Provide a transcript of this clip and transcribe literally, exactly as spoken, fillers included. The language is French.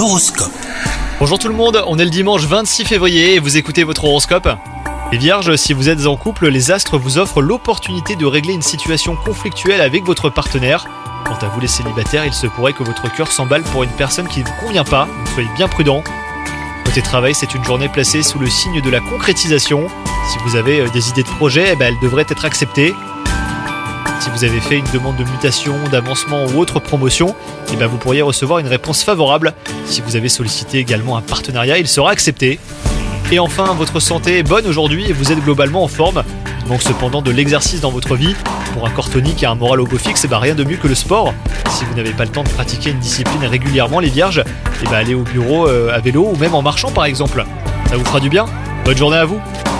L'horoscope. Bonjour tout le monde, on est le dimanche vingt-six février et vous écoutez votre horoscope. Les Vierges, si vous êtes en couple, les astres vous offrent l'opportunité de régler une situation conflictuelle avec votre partenaire. Quant à vous les célibataires, il se pourrait que votre cœur s'emballe pour une personne qui ne vous convient pas, donc soyez bien prudents. Côté travail, c'est une journée placée sous le signe de la concrétisation. Si vous avez des idées de projet, eh ben, elles devraient être acceptées. Si vous avez fait une demande de mutation, d'avancement ou autre promotion, eh ben vous pourriez recevoir une réponse favorable. Si vous avez sollicité également un partenariat, il sera accepté. Et enfin, votre santé est bonne aujourd'hui et vous êtes globalement en forme. Il manque cependant de l'exercice dans votre vie. Pour un corps tonique et un moral au beau fixe, eh ben rien de mieux que le sport. Si vous n'avez pas le temps de pratiquer une discipline régulièrement, les Vierges, eh ben allez au bureau euh, à vélo ou même en marchant par exemple. Ça vous fera du bien. Bonne journée à vous.